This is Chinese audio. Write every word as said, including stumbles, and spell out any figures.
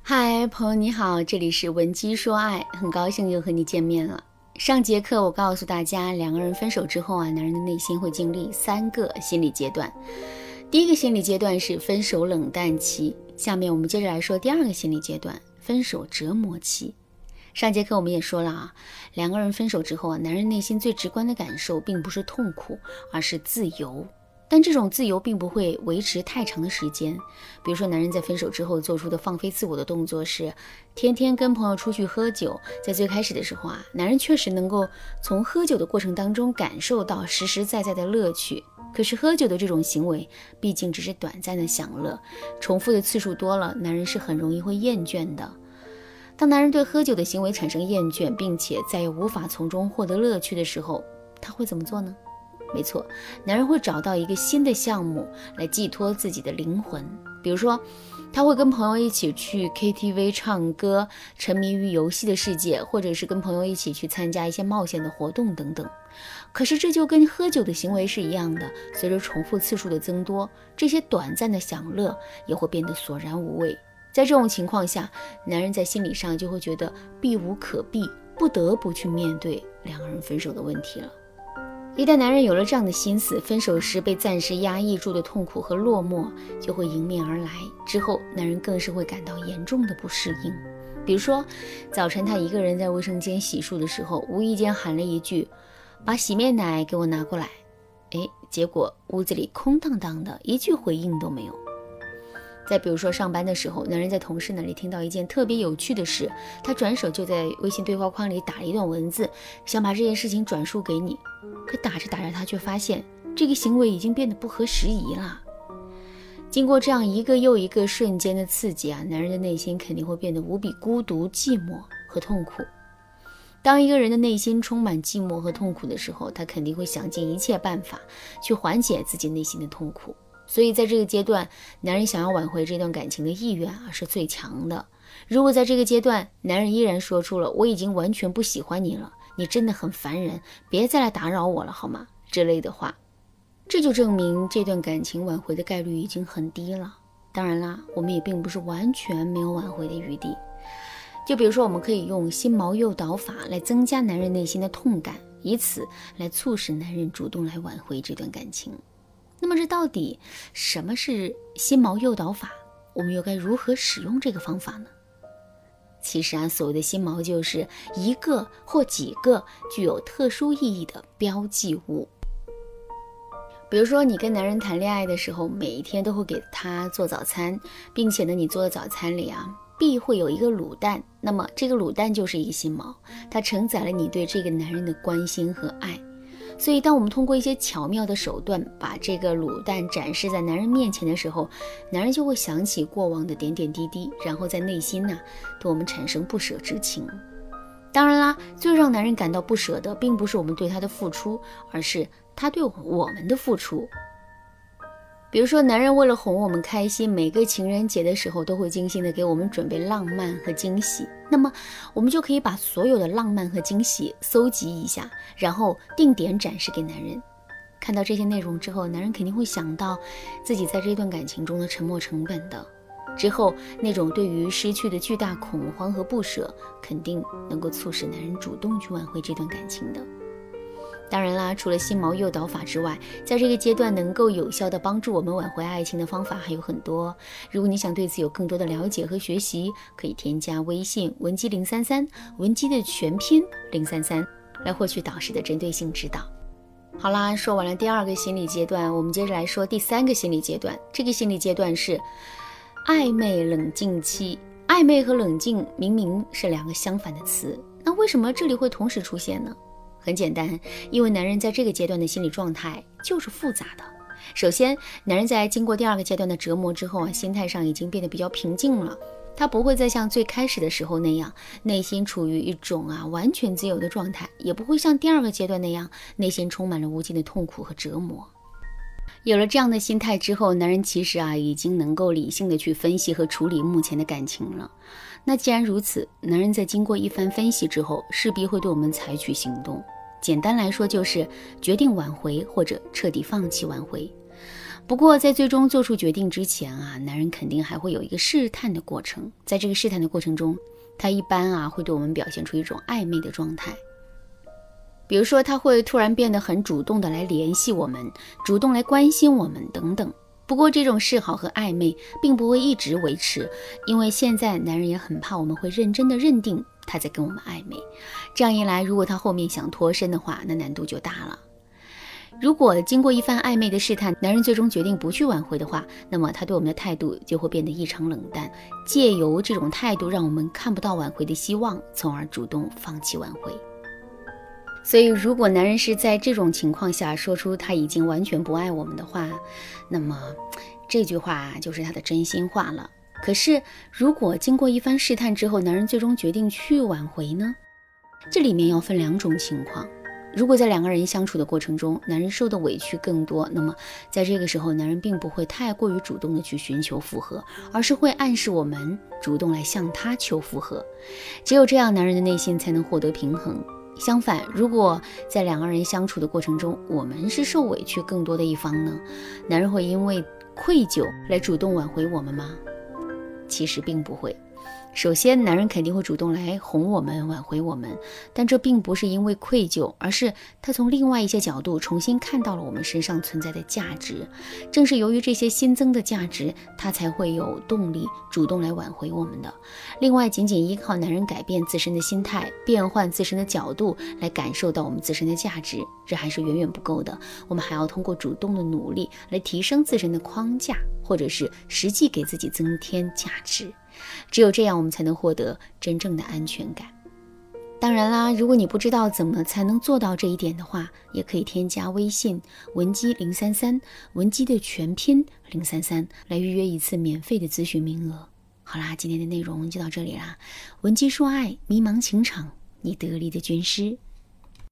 嗨，朋友你好，这里是文姬说爱，很高兴又和你见面了。上节课我告诉大家，两个人分手之后啊，男人的内心会经历三个心理阶段。第一个心理阶段是分手冷淡期，下面我们接着来说第二个心理阶段，分手折磨期。上节课我们也说了啊，两个人分手之后啊，男人内心最直观的感受并不是痛苦，而是自由。但这种自由并不会维持太长的时间。比如说男人在分手之后做出的放飞自我的动作是天天跟朋友出去喝酒。在最开始的时候啊，男人确实能够从喝酒的过程当中感受到实实在在的乐趣。可是喝酒的这种行为毕竟只是短暂的享乐，重复的次数多了，男人是很容易会厌倦的。当男人对喝酒的行为产生厌倦，并且再也无法从中获得乐趣的时候，他会怎么做呢？没错，男人会找到一个新的项目来寄托自己的灵魂。比如说他会跟朋友一起去 K T V 唱歌，沉迷于游戏的世界，或者是跟朋友一起去参加一些冒险的活动等等。可是这就跟喝酒的行为是一样的，随着重复次数的增多，这些短暂的享乐也会变得索然无味。在这种情况下，男人在心理上就会觉得避无可避，不得不去面对两个人分手的问题了。一旦男人有了这样的心思，分手时被暂时压抑住的痛苦和落寞就会迎面而来，之后男人更是会感到严重的不适应。比如说早晨他一个人在卫生间洗漱的时候，无意间喊了一句，把洗面奶给我拿过来。诶，结果屋子里空荡荡的，一句回应都没有。再比如说上班的时候，男人在同事那里听到一件特别有趣的事，他转手就在微信对话框里打了一段文字，想把这件事情转述给你。可打着打着他却发现这个行为已经变得不合时宜了。经过这样一个又一个瞬间的刺激啊，男人的内心肯定会变得无比孤独、寂寞和痛苦。当一个人的内心充满寂寞和痛苦的时候，他肯定会想尽一切办法去缓解自己内心的痛苦。所以在这个阶段，男人想要挽回这段感情的意愿啊是最强的。如果在这个阶段男人依然说出了我已经完全不喜欢你了，你真的很烦人，别再来打扰我了好吗之类的话，这就证明这段感情挽回的概率已经很低了。当然啦，我们也并不是完全没有挽回的余地。就比如说我们可以用心锚诱导法来增加男人内心的痛感，以此来促使男人主动来挽回这段感情。那么这到底什么是心锚诱导法？我们又该如何使用这个方法呢？其实啊，所谓的心锚就是一个或几个具有特殊意义的标记物。比如说你跟男人谈恋爱的时候，每一天都会给他做早餐，并且呢你做的早餐里啊必会有一个卤蛋，那么这个卤蛋就是一个心锚，它承载了你对这个男人的关心和爱。所以当我们通过一些巧妙的手段把这个卤蛋展示在男人面前的时候，男人就会想起过往的点点滴滴，然后在内心呢对我们产生不舍之情。当然啦，最让男人感到不舍的并不是我们对他的付出，而是他对我们的付出。比如说男人为了哄我们开心，每个情人节的时候都会精心的给我们准备浪漫和惊喜，那么我们就可以把所有的浪漫和惊喜搜集一下，然后定点展示给男人。看到这些内容之后，男人肯定会想到自己在这段感情中的沉没成本的，之后那种对于失去的巨大恐慌和不舍，肯定能够促使男人主动去挽回这段感情的。当然啦，除了心锚诱导法之外，在这个阶段能够有效的帮助我们挽回爱情的方法还有很多。如果你想对此有更多的了解和学习，可以添加微信文姬零三三，文姬的全拼零三三，来获取导师的针对性指导。好啦，说完了第二个心理阶段，我们接着来说第三个心理阶段。这个心理阶段是暧昧冷静期。暧昧和冷静明明是两个相反的词，那为什么这里会同时出现呢？很简单，因为男人在这个阶段的心理状态就是复杂的。首先，男人在经过第二个阶段的折磨之后啊，心态上已经变得比较平静了，他不会再像最开始的时候那样，内心处于一种啊完全自由的状态，也不会像第二个阶段那样，内心充满了无尽的痛苦和折磨。有了这样的心态之后，男人其实啊已经能够理性的去分析和处理目前的感情了。那既然如此，男人在经过一番分析之后，势必会对我们采取行动。简单来说就是决定挽回或者彻底放弃挽回。 不过在最终做出决定之前啊，男人肯定还会有一个试探的过程。在这个试探的过程中，他一般啊会对我们表现出一种暧昧的状态。比如说他会突然变得很主动的来联系我们，主动来关心我们等等。不过这种示好和暧昧并不会一直维持，因为现在男人也很怕我们会认真的认定他在跟我们暧昧。这样一来，如果他后面想脱身的话，那难度就大了。如果经过一番暧昧的试探，男人最终决定不去挽回的话，那么他对我们的态度就会变得异常冷淡，借由这种态度让我们看不到挽回的希望，从而主动放弃挽回。所以如果男人是在这种情况下说出他已经完全不爱我们的话，那么这句话就是他的真心话了。可是如果经过一番试探之后，男人最终决定去挽回呢？这里面要分两种情况。如果在两个人相处的过程中，男人受的委屈更多，那么在这个时候，男人并不会太过于主动的去寻求复合，而是会暗示我们主动来向他求复合。只有这样，男人的内心才能获得平衡。相反，如果在两个人相处的过程中，我们是受委屈更多的一方呢，男人会因为愧疚来主动挽回我们吗？其实并不会。首先，男人肯定会主动来哄我们，挽回我们，但这并不是因为愧疚，而是他从另外一些角度重新看到了我们身上存在的价值。正是由于这些新增的价值，他才会有动力主动来挽回我们的。另外，仅仅依靠男人改变自身的心态，变换自身的角度来感受到我们自身的价值，这还是远远不够的。我们还要通过主动的努力来提升自身的框架，或者是实际给自己增添价值。只有这样，我们才能获得真正的安全感。当然啦，如果你不知道怎么才能做到这一点的话，也可以添加微信文姬零三三，文姬的全拼零三三，来预约一次免费的咨询名额。好啦，今天的内容就到这里啦。文姬说爱，迷茫情场，你得力的军师。